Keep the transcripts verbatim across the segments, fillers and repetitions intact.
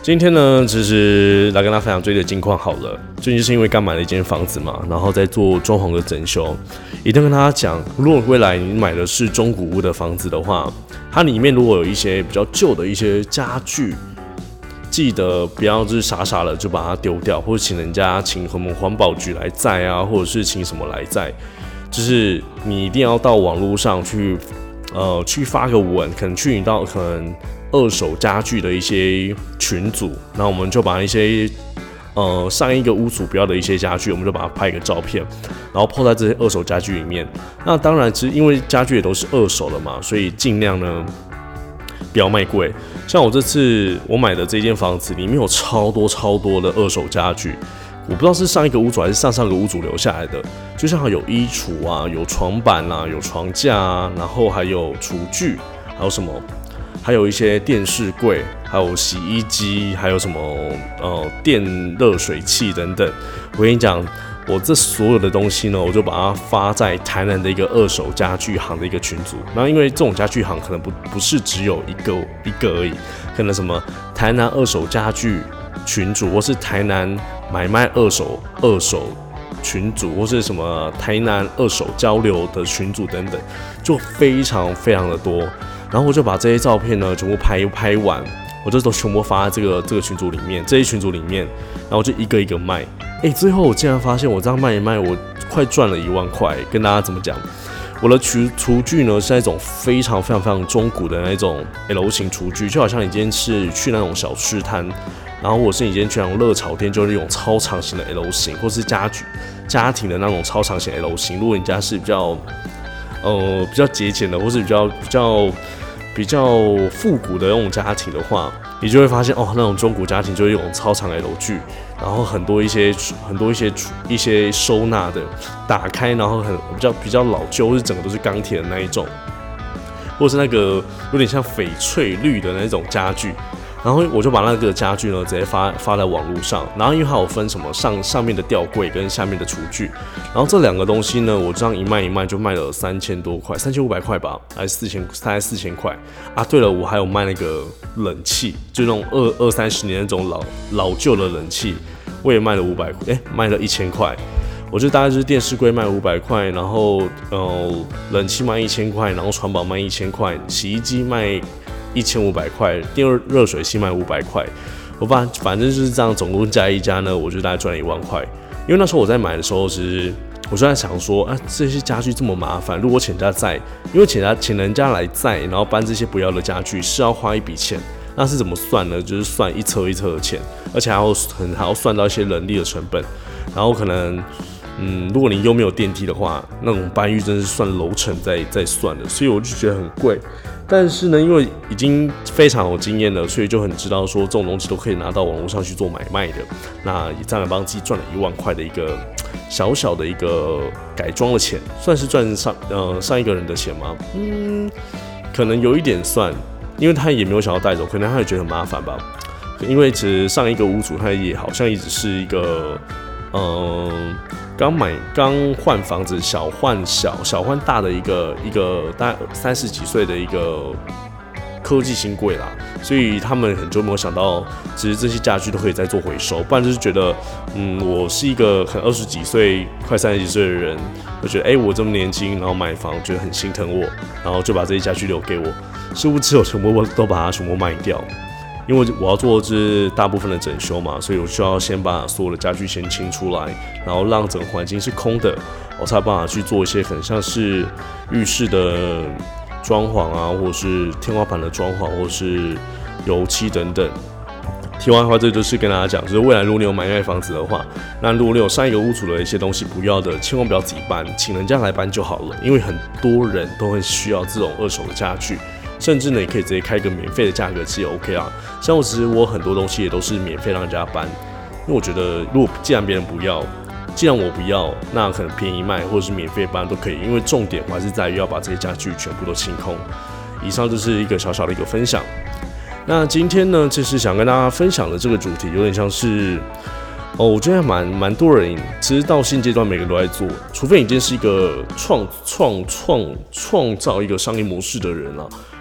今天呢，其实来跟大家分享最近的近况好了。最近是因为刚买了一间房子嘛，然后在做装潢的整修。一定跟大家讲，如果未来你买的是中古屋的房子的话，它里面如果有一些比较旧的一些家具，记得不要就是傻傻的就把它丢掉，或者请人家请什么环保局来载啊，或者是请什么来载，就是你一定要到网络上去，呃，去发个文，可能去你到可能二手家具的一些群组，那我们就把一些呃上一个屋主不要的一些家具，我们就把它拍一个照片，然后 po 在这些二手家具里面。那当然，其实因为家具也都是二手的嘛，所以尽量呢不要卖贵。像我这次我买的这间房子里面有超多超多的二手家具，我不知道是上一个屋主还是上上个屋主留下来的，就像有衣橱啊，有床板啊，有床架啊，然后还有厨具，还有什么？还有一些电视柜，还有洗衣机，还有什么呃电热水器等等。我跟你讲，我这所有的东西呢，我就把它发在台南的一个二手家具行的一个群组。然后因为这种家具行可能不不是只有一个一个而已，可能什么台南二手家具群组，或是台南买卖二手二手群组，或是什么台南二手交流的群组等等，就非常非常的多。然后我就把这些照片呢全部拍拍完，我就都全部发在这个这个群组里面，这些群组里面，然后就一个一个卖。哎，最后我竟然发现我这样卖一卖，我快赚了一万块。跟大家怎么讲？我的厨厨具呢是那种非常非常非常中古的那种 L 型厨具，就好像你今天是去那种小吃摊，然后我是你今天去那种热炒店，就是那种超长型的 L 型，或是家具家庭的那种超长型 L 型。如果你家是比较呃比较节俭的，或是比较比较比较复古的那种家庭的话，你就会发现哦，那种中古家庭就是有超长 L 具，然后很多一些很多一些一些收纳的，打开然后很比较比较老旧，是整个都是钢铁的那一种，或是那个有点像翡翠绿的那种家具。然后我就把那个家具呢直接发发在网络上，然后因为它有分什么上上面的吊柜跟下面的厨具，然后这两个东西呢，我这样一卖一卖就卖了三千多块，三千五百块吧，还是四千，大概四千块啊。对了，我还有卖那个冷气，就那种二二三十年那种老老旧的冷气，我也卖了五百块，哎，卖了一千块。我就大概就是电视柜卖五百块，然后呃冷气卖一千块，然后床板卖一千块，洗衣机卖一千五百块，电热水器卖五百块，我反反正就是这样，总共加一加呢，我就大概赚了一万块。因为那时候我在买的时候，其实我就在想说，啊，这些家具这么麻烦，如果请人家载，因为请人家请人家来载，然后搬这些不要的家具是要花一笔钱，那是怎么算呢？就是算一车一车的钱，而且还要很还要算到一些人力的成本，然后可能。嗯，如果你又没有电梯的话，那种搬运真是算楼层在在算的，所以我就觉得很贵。但是呢，因为已经非常有经验了，所以就很知道说这种东西都可以拿到网络上去做买卖的。那也这样帮自己赚了一万块的一个小小的一个改装的钱，算是赚上呃上一个人的钱吗？嗯，可能有一点算，因为他也没有想要带走，可能他也觉得很麻烦吧。因为其实上一个屋主他也好像一直是一个嗯。刚买刚换房子，小换小，小换大的一个一个大概三十几岁的一个科技新贵啦，所以他们很久没有想到，其实这些家具都可以再做回收，不然就是觉得，嗯，我是一个可能二十几岁、快三十几岁的人，就觉得，哎、欸，我这么年轻，然后买房，觉得很心疼我，然后就把这些家具留给我，殊不知我全部都把它全部卖掉。因为我要做的是大部分的整修嘛，所以我需要先把所有的家具先清出来，然后让整个环境是空的，我才有办法去做一些很像是浴室的装潢啊，或者是天花板的装潢，或者是油漆等等。题外话，这就是跟大家讲，就是未来如果你有买卖房子的话，那如果你有上一个屋主的一些东西不要的，千万不要自己搬，请人家来搬就好了，因为很多人都很需要这种二手的家具。甚至呢，你可以直接开一个免费的价格，其实 OK 啊。像我其实我很多东西也都是免费让人家搬，因为我觉得如果既然别人不要，既然我不要，那可能便宜卖或者是免费搬都可以。因为重点我还是在于要把这些家具全部都清空。以上就是一个小小的一个分享。那今天呢，其实想跟大家分享的这个主题有点像是。哦，我觉得蛮蛮多人，其实到现阶段每个人都在做，除非你今天是一个创创创创造一个商业模式的人啦，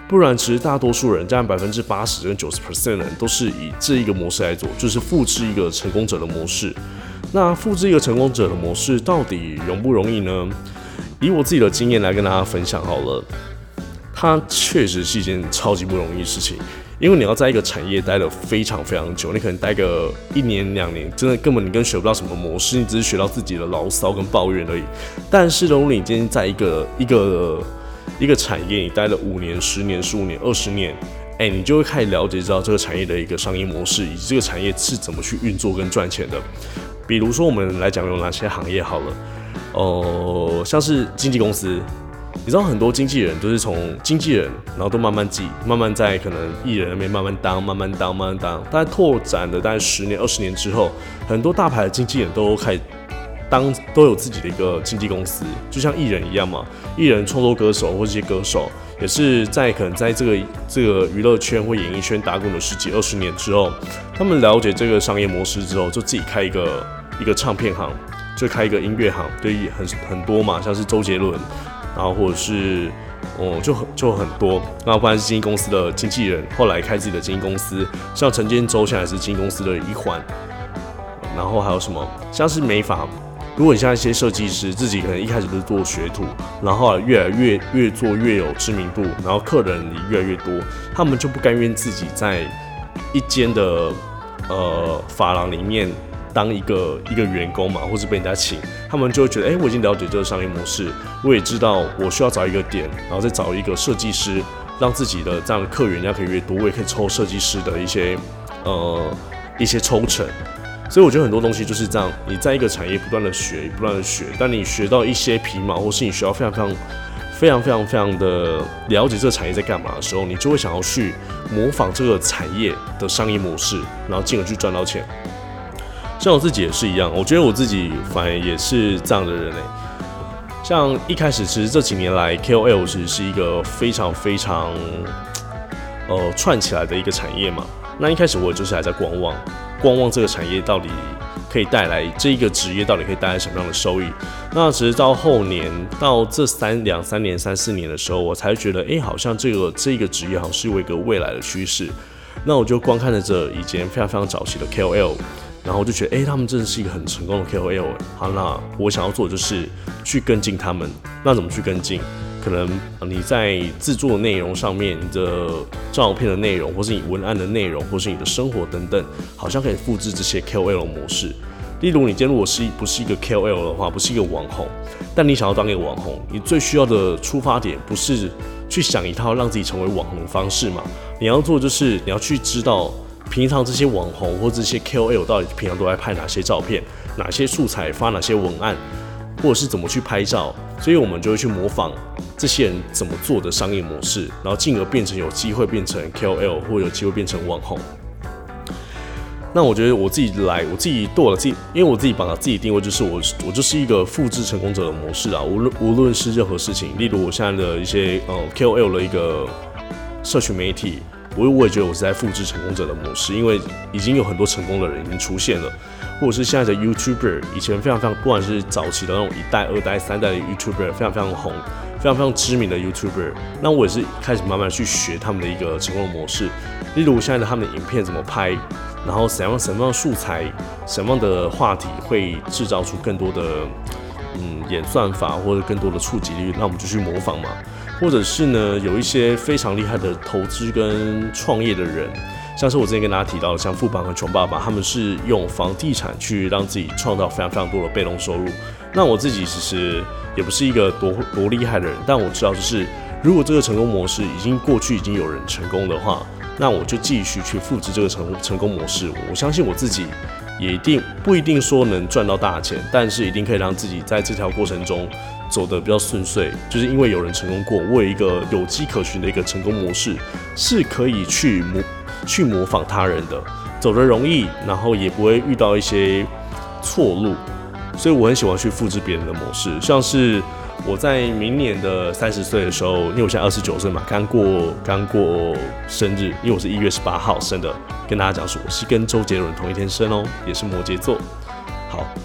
不然其实大多数人，占百分之八十跟九十 percent 的人都是以这一个模式来做，就是复制一个成功者的模式。那复制一个成功者的模式到底容不容易呢？以我自己的经验来跟大家分享好了，它确实是一件超级不容易的事情。因为你要在一个产业待了非常非常久，你可能待个一年两年，真的根本你跟学不到什么模式，你只是学到自己的牢骚跟抱怨而已。但是如果你今天在一个一个一个产业，你待了五年、十年、十五年、二十年，哎、欸，你就会开始了解到这个产业的一个商业模式，以及这个产业是怎么去运作跟赚钱的。比如说，我们来讲有哪些行业好了，哦、呃，像是经纪公司。你知道很多经纪人都是从经纪人，然后都慢慢记，慢慢在可能艺人那边慢慢当，慢慢当，慢慢当。大概拓展了大概十年、二十年之后，很多大牌的经纪人都开始当都有自己的一个经纪公司，就像艺人一样嘛。艺人、创作歌手或这些歌手，也是在可能在这个这个娱乐圈或演艺圈打滚了十几、二十年之后，他们了解这个商业模式之后，就自己开一个一个唱片行，就开一个音乐行，对，很很多嘛，像是周杰伦。然后或者是，哦，就很就很多，然后不然是经纪公司的经纪人，后来开自己的经纪公司，像陈建州现在是经纪公司的一环。然后还有什么，像是美发，如果你像一些设计师，自己可能一开始都是做学徒，然后后来越来越越做越有知名度，然后客人也越来越多，他们就不甘愿自己在一间的呃发廊里面。当一个一个员工嘛，或是被人家请，他们就会觉得，哎、欸，我已经了解这个商业模式，我也知道我需要找一个点，然后再找一个设计师，让自己的这样的客源人家可以越多，我也可以抽设计师的一些呃一些抽成。所以我觉得很多东西就是这样，你在一个产业不断的学，不断的学，当你学到一些皮毛，或是你学到非常非常非常非常非常的了解这个产业在干嘛的时候，你就会想要去模仿这个产业的商业模式，然后进而去赚到钱。像我自己也是一样，我觉得我自己反而也是这样的人、欸、像一开始，其实这几年来 ，K O L 其实是一个非常非常呃串起来的一个产业嘛。那一开始我就是还在观望，观望这个产业到底可以带来这一个职业到底可以带来什么样的收益。那直到后年到这三两三年、三四年的时候，我才觉得，哎、欸，好像这个这个职业好像是有一个未来的趋势。那我就观看着这以前非常非常早期的 K O L。然后我就觉得，哎、欸，他们真的是一个很成功的 K O L。好，那我想要做的就是去跟进他们。那怎么去跟进？可能你在制作的内容上面，你的照片的内容，或是你文案的内容，或是你的生活等等，好像可以复制这些 K O L 的模式。例如，你今天如果是不是一个 K O L 的话，不是一个网红，但你想要当一个网红，你最需要的出发点不是去想一套让自己成为网红的方式嘛？你要做的就是你要去知道。平常这些网红或这些 K O L 到底平常都在拍哪些照片、哪些素材、发哪些文案，或者是怎么去拍照，所以我们就会去模仿这些人怎么做的商业模式，然后进而变成有机会变成 K O L， 或有机会变成网红。那我觉得我自己来，我自己对我的自己，因为我自己把自己定位就是我，我就是一个复制成功者的模式啊。无论无论是任何事情，例如我现在的一些呃 K O L 的一个社群媒体。我我也觉得我是在复制成功者的模式，因为已经有很多成功的人已经出现了，或者是现在的 YouTuber， 以前非常非常，不管是早期的那种一代、二代、三代的 YouTuber， 非常非常红、非常非常知名的 YouTuber， 那我也是开始慢慢去学他们的一个成功的模式，例如现在的他们的影片怎么拍，然后什么样什么样的素材、什么样的话题会制造出更多的嗯演算法或者更多的触及率，那我们就去模仿嘛。或者是呢，有一些非常厉害的投资跟创业的人，像是我之前跟大家提到的，像富爸和穷爸爸，他们是用房地产去让自己创造非常非常多的被动收入。那我自己其实也不是一个多多厉害的人，但我知道就是，如果这个成功模式已经过去已经有人成功的话，那我就继续去复制这个成成功模式。我相信我自己也一定不一定说能赚到大钱，但是一定可以让自己在这条过程中走得比较顺遂，就是因为有人成功过，我有一个有迹可循的一个成功模式，是可以去模去模仿他人的，走得容易，然后也不会遇到一些错路，所以我很喜欢去复制别人的模式。像是我在明年的三十岁的时候，因为我现在二十九岁嘛，刚过刚过生日，因为我是一月十八号生的，跟大家讲说我是跟周杰伦同一天生哦，也是摩羯座。好。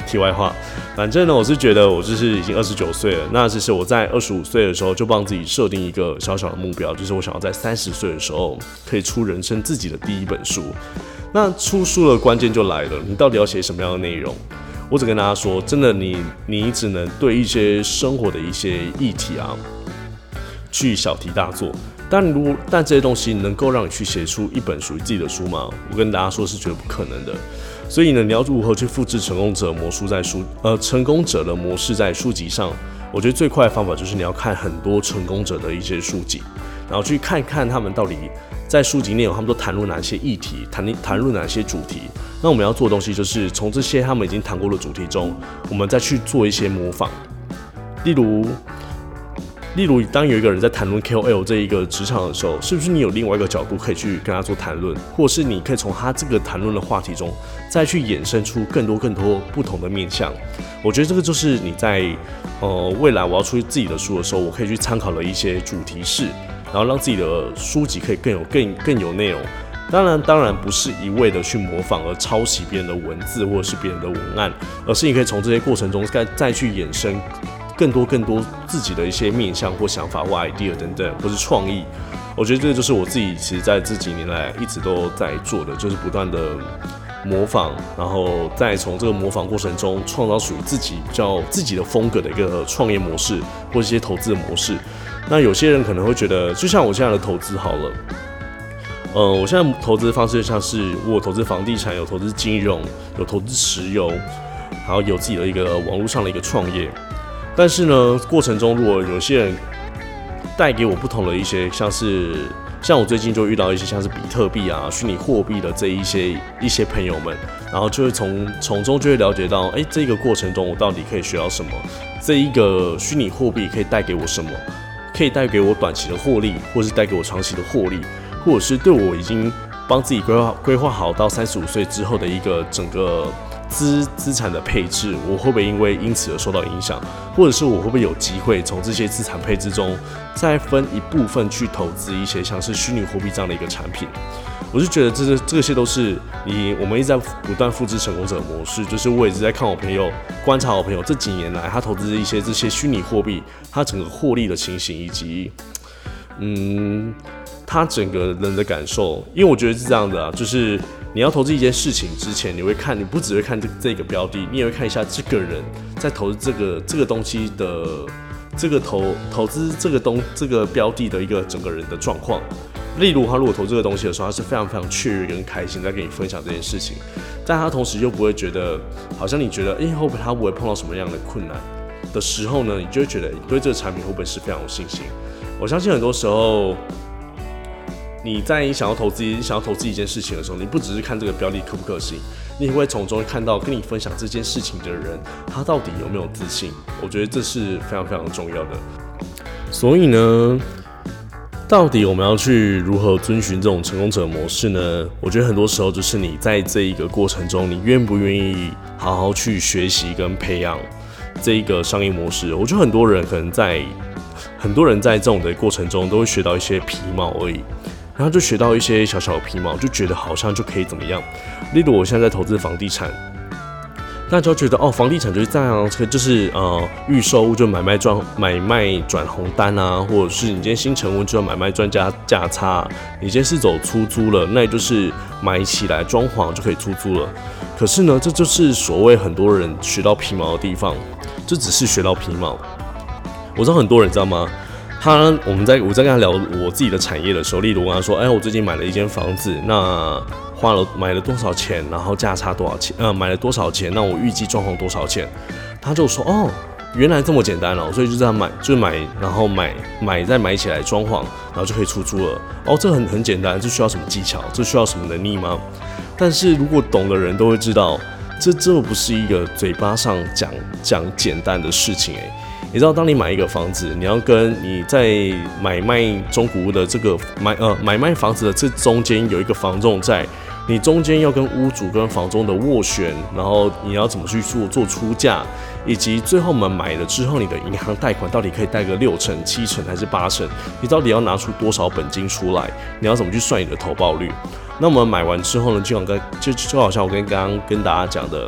题外话，反正呢，我是觉得我就是已经二十九岁了，那其实我在二十五岁的时候就帮自己设定一个小小的目标，就是我想要在三十岁的时候可以出人生自己的第一本书。那出书的关键就来了，你到底要写什么样的内容？我只跟大家说，真的你，你你只能对一些生活的一些议题啊，去小题大做。但如果但这些东西能够让你去写出一本属于自己的书吗？我跟大家说是绝对不可能的。所以呢，你要如何去复制成功者模式在书呃成功者的模式在书籍上？我觉得最快的方法就是你要看很多成功者的一些书籍，然后去看看他们到底在书籍内容他们都谈论哪些议题，谈谈论哪些主题。那我们要做的东西就是从这些他们已经谈过的主题中，我们再去做一些模仿。例如，例如当有一个人在谈论 K O L 这一个职场的时候，是不是你有另外一个角度可以去跟他做谈论，或是你可以从他这个谈论的话题中，再去衍生出更多更多不同的面向。我觉得这个就是你在呃未来我要出自己的书的时候，我可以去参考的一些主题式，然后让自己的书籍可以更有更更有内容。当然，当然不是一味的去模仿而抄袭别人的文字或者是别人的文案，而是你可以从这些过程中再再去衍生更多更多自己的一些面向或想法或 idea 等等，或是创意。我觉得这个就是我自己其实在这几年来一直都在做的，就是不断的模仿，然后再从这个模仿过程中创造属于自己比较自己的风格的一个创业模式或一些投资的模式。那有些人可能会觉得，就像我现在的投资好了。呃，我现在投资的方式像是我有投资房地产，有投资金融，有投资石油，然后有自己的一个网络上的一个创业。但是呢，过程中如果有些人带给我不同的一些，像是像我最近就遇到一些像是比特币啊、虚拟货币的这一些一些朋友们，然后就会从从中就会了解到，哎，这个过程中我到底可以学到什么？这一个虚拟货币可以带给我什么？可以带给我短期的获利，或是带给我长期的获利？或者是对我已经帮自己规划规划好到三十五岁之后的一个整个资资产的配置，我会不会因为因此而受到影响？或者是我会不会有机会从这些资产配置中再分一部分去投资一些像是虚拟货币这样的一个产品？我就觉得这这些都是你我们一直在不断复制成功者的模式。就是我也是在看我朋友观察我朋友这几年来他投资一些这些虚拟货币，他整个获利的情形以及嗯。他整个人的感受，因为我觉得是这样的啊，就是你要投资一件事情之前，你会看，你不只会看这这个标的，你也会看一下这个人在投资这个这个东西的这个投投资这个东这个标的的一个整个人的状况。例如，他如果投这个东西的时候，他是非常非常雀跃跟开心在跟你分享这件事情，但他同时又不会觉得好像你觉得，哎、欸，会不会他不会碰到什么样的困难的时候呢？你就会觉得你对这个产品会不会是非常有信心？我相信很多时候。你在想要投资、想要投资一件事情的时候，你不只是看这个标的可不可行，你也会从中看到跟你分享这件事情的人，他到底有没有自信。我觉得这是非常非常重要的。所以呢，到底我们要去如何遵循这种成功者模式呢？我觉得很多时候就是你在这一个过程中，你愿不愿意好好去学习跟培养这一个商业模式？我觉得很多人可能在很多人在这种的过程中都会学到一些皮毛而已。然后就学到一些小小的皮毛，就觉得好像就可以怎么样。例如我现在在投资房地产，大家就觉得哦，房地产就是这样，就是呃预售屋就买卖转买卖转红单啊，或者是你今天新成屋就要买卖专家价差，你今天是走出租了，那也就是买起来装潢就可以出租了。可是呢，这就是所谓很多人学到皮毛的地方，这只是学到皮毛。我知道很多人知道吗？他，我们在我在跟他聊我自己的产业的时候，例如我跟他说，哎，我最近买了一间房子，那花了买了多少钱，然后价差多少钱，呃，买了多少钱，那我预计装潢多少钱？他就说，哦，原来这么简单哦，所以就这样买，就买，然后买买再买起来装潢，然后就可以出租了。哦，这很很简单，这需要什么技巧？这需要什么能力吗？但是如果懂的人都会知道，这这不是一个嘴巴上讲讲简单的事情，哎。你知道，当你买一个房子，你要跟你在买卖中古屋的这个买呃买卖房子的这中间有一个房仲在，你中间要跟屋主跟房仲的斡旋，然后你要怎么去做做出价，以及最后我们买了之后，你的银行贷款到底可以贷个六成、七成还是八成？你到底要拿出多少本金出来？你要怎么去算你的投报率？那我们买完之后呢，就好像就就好像我跟刚刚跟大家讲的。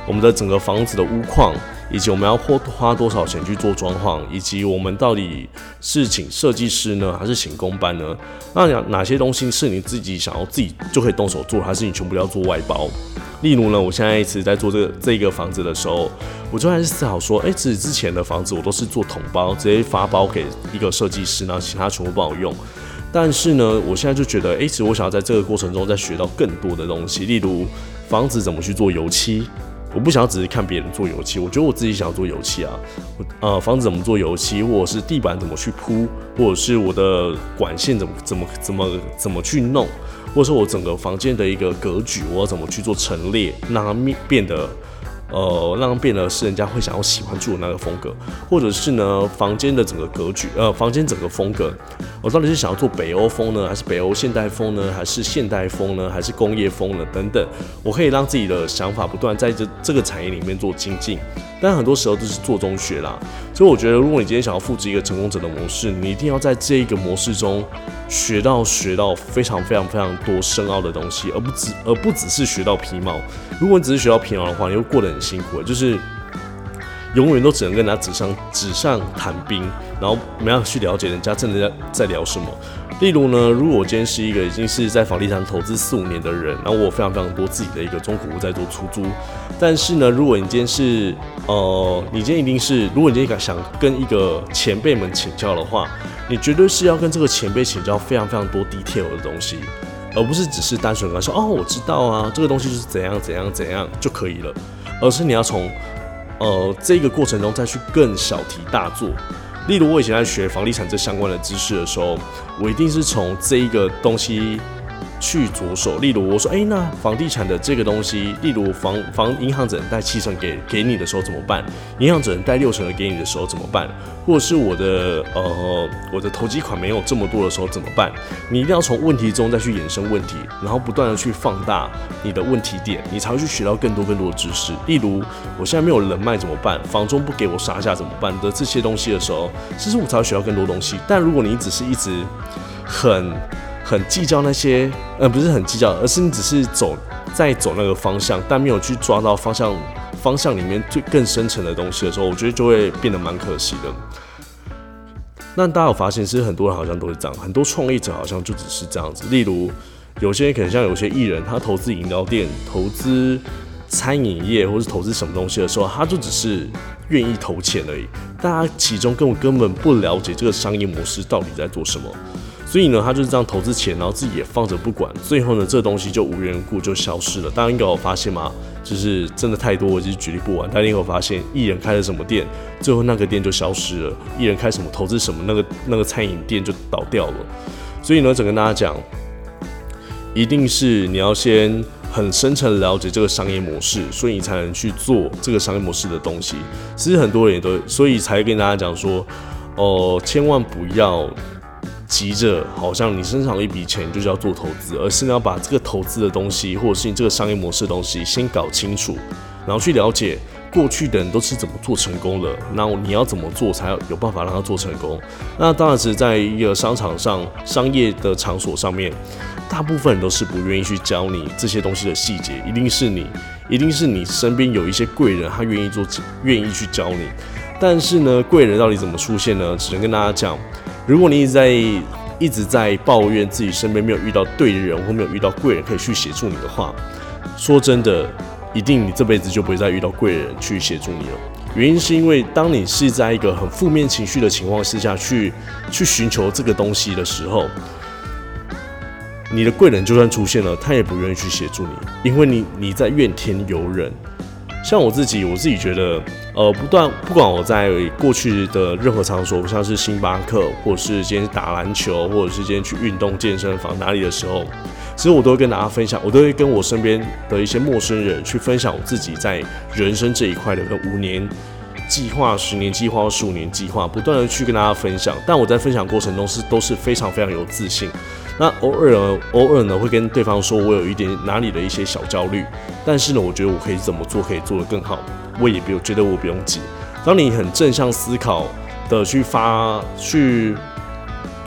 我们的整个房子的屋况，以及我们要花多少钱去做装潢，以及我们到底是请设计师呢，还是请工班呢？那哪些东西是你自己想要自己就可以动手做，还是你全部要做外包？例如呢，我现在一直在做这个这个房子的时候，我就开始思考说，哎、欸，其实之前的房子我都是做统包，直接发包给一个设计师，然后其他全部帮我用。但是呢，我现在就觉得，哎、欸，其实我想要在这个过程中再学到更多的东西，例如房子怎么去做油漆。我不想要只是看别人做油漆，我觉得我自己想要做油漆啊。呃，房子怎么做油漆，或者是地板怎么去铺，或者是我的管线怎么怎么怎么怎么去弄，或者是我整个房间的一个格局，我要怎么去做陈列，让它变得。呃，让它变得是人家会想要喜欢住的那个风格，或者是呢，房间的整个格局，呃，房间整个风格，我到底是想要做北欧风呢，还是北欧现代风呢，还是现代风呢，还是工业风呢？等等，我可以让自己的想法不断在这这个产业里面做精进，但很多时候都是做中学啦。所以我觉得，如果你今天想要复制一个成功者的模式，你一定要在这一个模式中学到学到非常非常非常多深奥的东西，而不只而不只是学到皮毛。如果你只是学到皮毛的话，你会过得很辛苦，就是永远都只能跟人家纸上纸上谈兵，然后没办法去了解人家真的在在聊什么。例如呢，如果我今天是一个已经是在房地产投资四五年的人，然后我有非常非常多自己的一个中古屋在做出租，但是呢，如果你今天是呃，你今天一定是，如果你今天想跟一个前辈们请教的话，你绝对是要跟这个前辈请教非常非常多 detail 的东西，而不是只是单纯跟他说哦，我知道啊，这个东西就是怎样怎样怎样就可以了，而是你要从呃这个过程中再去更小题大做。例如我以前在学房地产这相关的知识的时候，我一定是从这一个东西去着手。例如我说，哎、欸，那房地产的这个东西，例如房房银行只能贷七成给给你的时候怎么办？银行只能贷六成的给你的时候怎么办？或者是我的呃我的投机款没有这么多的时候怎么办？你一定要从问题中再去衍生问题，然后不断的去放大你的问题点，你才会去学到更多更多的知识。例如我现在没有人脉怎么办？房仲不给我杀价怎么办的这些东西的时候，其实我才会学到更多东西。但如果你只是一直很很计较那些，呃，不是很计较，而是你只是走在走那个方向，但没有去抓到方向方向里面最更深层的东西的时候，我觉得就会变得蛮可惜的。那大家有发现，其实很多人好像都是这样，很多创业者好像就只是这样子。例如，有些人可能像有些艺人，他投资饮料店、投资餐饮业，或是投资什么东西的时候，他就只是愿意投钱而已。大家其中根本根本不了解这个商业模式到底在做什么。所以呢，他就是这样投资钱，然后自己也放着不管，最后呢，这个东西就无缘无故就消失了。大家应该有发现吗？就是真的太多，我就是举例不完。大家应该有发现，艺人开了什么店，最后那个店就消失了；艺人开什么投资什么，那个那个餐饮店就倒掉了。所以呢，只跟大家讲，一定是你要先很深层了解这个商业模式，所以你才能去做这个商业模式的东西。其实很多人也都，所以才跟大家讲说，哦、呃，千万不要急着好像你身上有一笔钱就是要做投资，而是你要把这个投资的东西，或者是你这个商业模式的东西先搞清楚，然后去了解过去的人都是怎么做成功的，那你要怎么做才有办法让他做成功。那当然是在一个商场上、商业的场所上面，大部分人都是不愿意去教你这些东西的细节，一定是你，一定是你身边有一些贵人，他愿意做，愿意去教你。但是呢，贵人到底怎么出现呢？只能跟大家讲，如果你一直在一直在抱怨自己身边没有遇到对的人，或没有遇到贵人可以去协助你的话，说真的，一定你这辈子就不会再遇到贵人去协助你了。原因是因为当你是在一个很负面情绪的情况之下去去寻求这个东西的时候，你的贵人就算出现了，他也不愿意去协助你，因为你你在怨天尤人。像我自己，我自己觉得，呃，不断不管我在过去的任何场所，像是星巴克，或者是今天打篮球，或者是今天去运动健身房哪里的时候，其实我都会跟大家分享，我都会跟我身边的一些陌生人去分享我自己在人生这一块的五年计划、十年计划、十五年计划，不断的去跟大家分享。但我在分享过程中是都是非常非常有自信。那偶尔呢，偶尔呢会跟对方说，我有一点哪里的一些小焦虑，但是呢，我觉得我可以怎么做，可以做得更好，我也不用觉得我不用急。当你很正向思考的去发去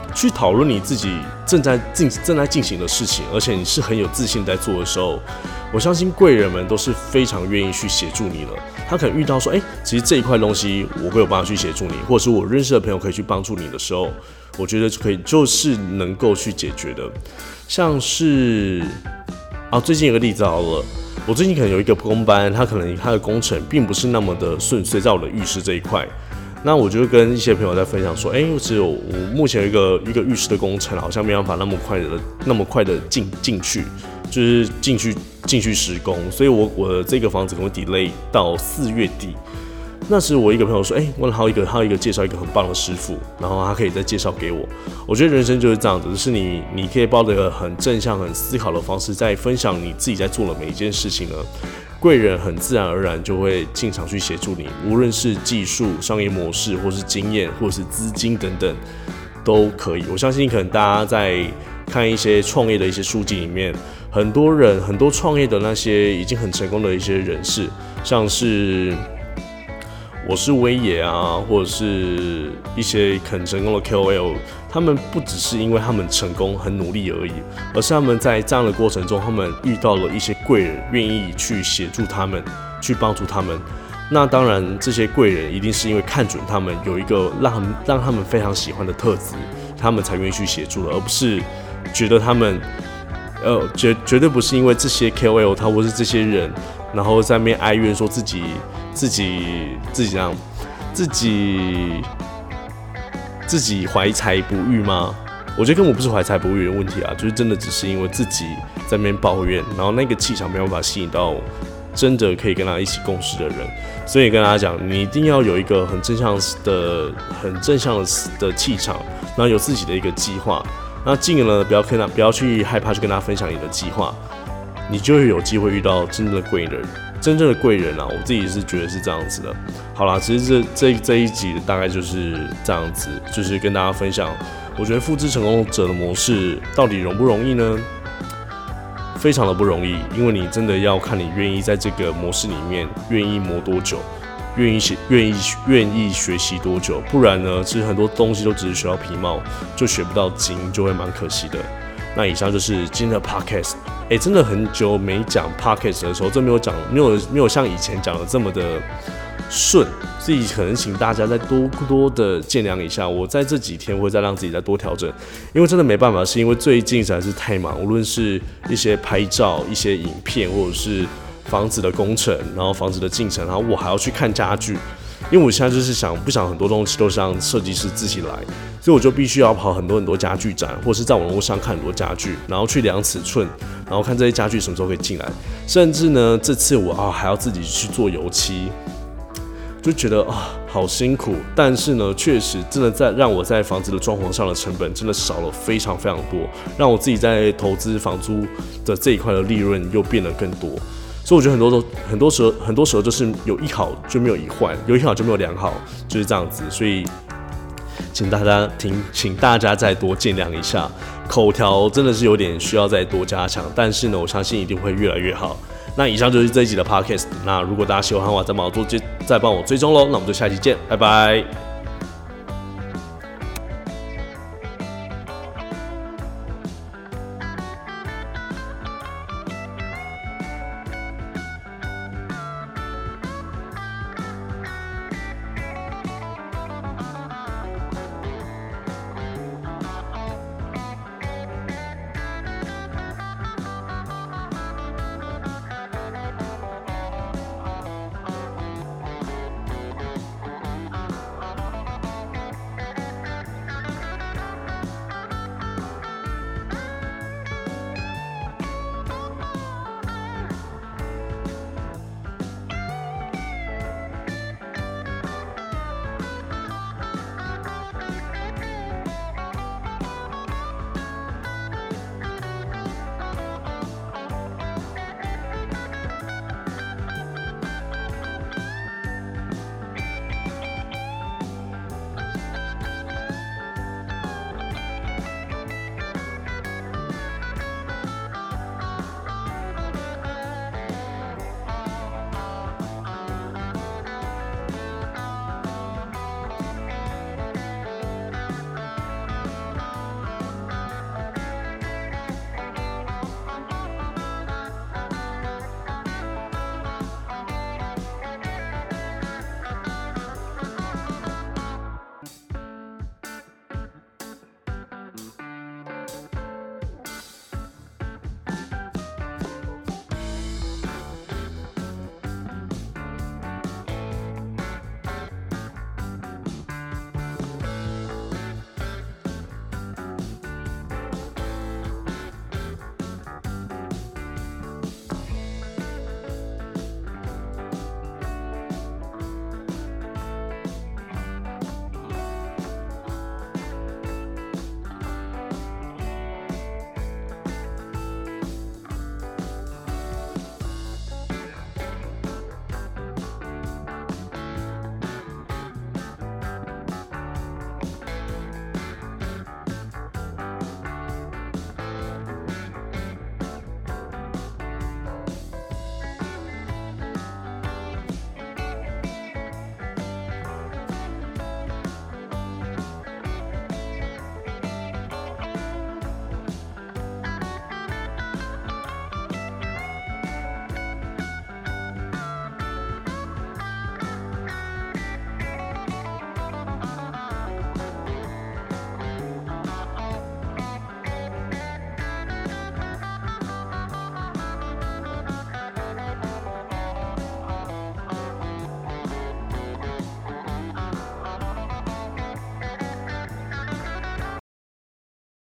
去讨论你自己正在进正在进行的事情，而且你是很有自信在做的时候，我相信贵人们都是非常愿意去协助你了。他可能遇到说，哎、欸，其实这一块东西我会有办法去协助你，或者是我认识的朋友可以去帮助你的时候，我觉得可以就是能够去解决的。像是啊，最近有个例子好了，我最近可能有一个工班，他可能他的工程并不是那么的顺遂，在我的浴室这一块。那我就跟一些朋友在分享说，哎、欸，只有我目前有一个一个浴室的工程，好像没办法那么快的那么快的进进去，就是进去进去施工，所以我我的这个房子可能会 delay 到四月底。那时我一个朋友说，哎、欸，我还有一个还有一个介绍一个很棒的师傅，然后他可以再介绍给我。我觉得人生就是这样子，就是你你可以抱着一个很正向、很思考的方式，在分享你自己在做的每一件事情呢。贵人很自然而然就会进场去协助你，无论是技术、商业模式，或是经验，或是资金等等，都可以。我相信可能大家在看一些创业的一些书籍里面，很多人很多创业的那些已经很成功的一些人士，像是我是威爷啊，或者是一些很成功的 K O L， 他们不只是因为他们成功很努力而已，而是他们在这样的过程中，他们遇到了一些贵人，愿意去协助他们，去帮助他们。那当然，这些贵人一定是因为看准他们有一个让他们让他们非常喜欢的特质，他们才愿意去协助的，而不是觉得他们，呃，绝绝对不是因为这些 K O L 他或是这些人，然后在那边哀怨说自己。自己自己这样，自己自己怀才不遇吗？我觉得根本不是怀才不遇的问题啊，就是真的只是因为自己在那边抱怨，然后那个气场没办法吸引到真的可以跟他一起共事的人。所以跟大家讲，你一定要有一个很正向的、很正向的气场，然后有自己的一个计划。那进而呢，不要跟他不要去害怕去跟他分享你的计划，你就会有机会遇到真正的贵人。真正的贵人啊，我自己是觉得是这样子的。好啦，其实这这这一集大概就是这样子，就是跟大家分享，我觉得复制成功者的模式到底容不容易呢？非常的不容易，因为你真的要看你愿意在这个模式里面愿意磨多久，愿意学愿意愿意学习多久，不然呢，其实很多东西都只是学到皮毛，就学不到精，就会蛮可惜的。那以上就是今天的 podcast。哎、欸，真的很久没讲 podcast 的时候，真没有讲，没有没有像以前讲的这么的顺，所以可能请大家再多多的见谅一下。我在这几天会再让自己再多调整，因为真的没办法，是因为最近实在是太忙，无论是一些拍照、一些影片，或者是房子的工程，然后房子的进程，然后我还要去看家具。因为我现在就是想不想很多东西都是让设计师自己来，所以我就必须要跑很多很多家具展，或是在网络上看很多家具，然后去量尺寸，然后看这些家具什么时候可以进来，甚至呢这次我啊还要自己去做油漆，就觉得啊好辛苦，但是呢确实真的在让我在房子的装潢上的成本真的少了非常非常多，让我自己在投资房租的这一块的利润又变得更多。所以我觉得很多很多时候很多时候就是有一好就没有一坏，有一好就没有两好，就是这样子。所以请大家听，请大家再多见谅一下，口条真的是有点需要再多加强，但是呢，我相信一定会越来越好。那以上就是这一集的 podcast。那如果大家喜欢的话，再帮我做再帮我追踪喽。那我们就下期见，拜拜。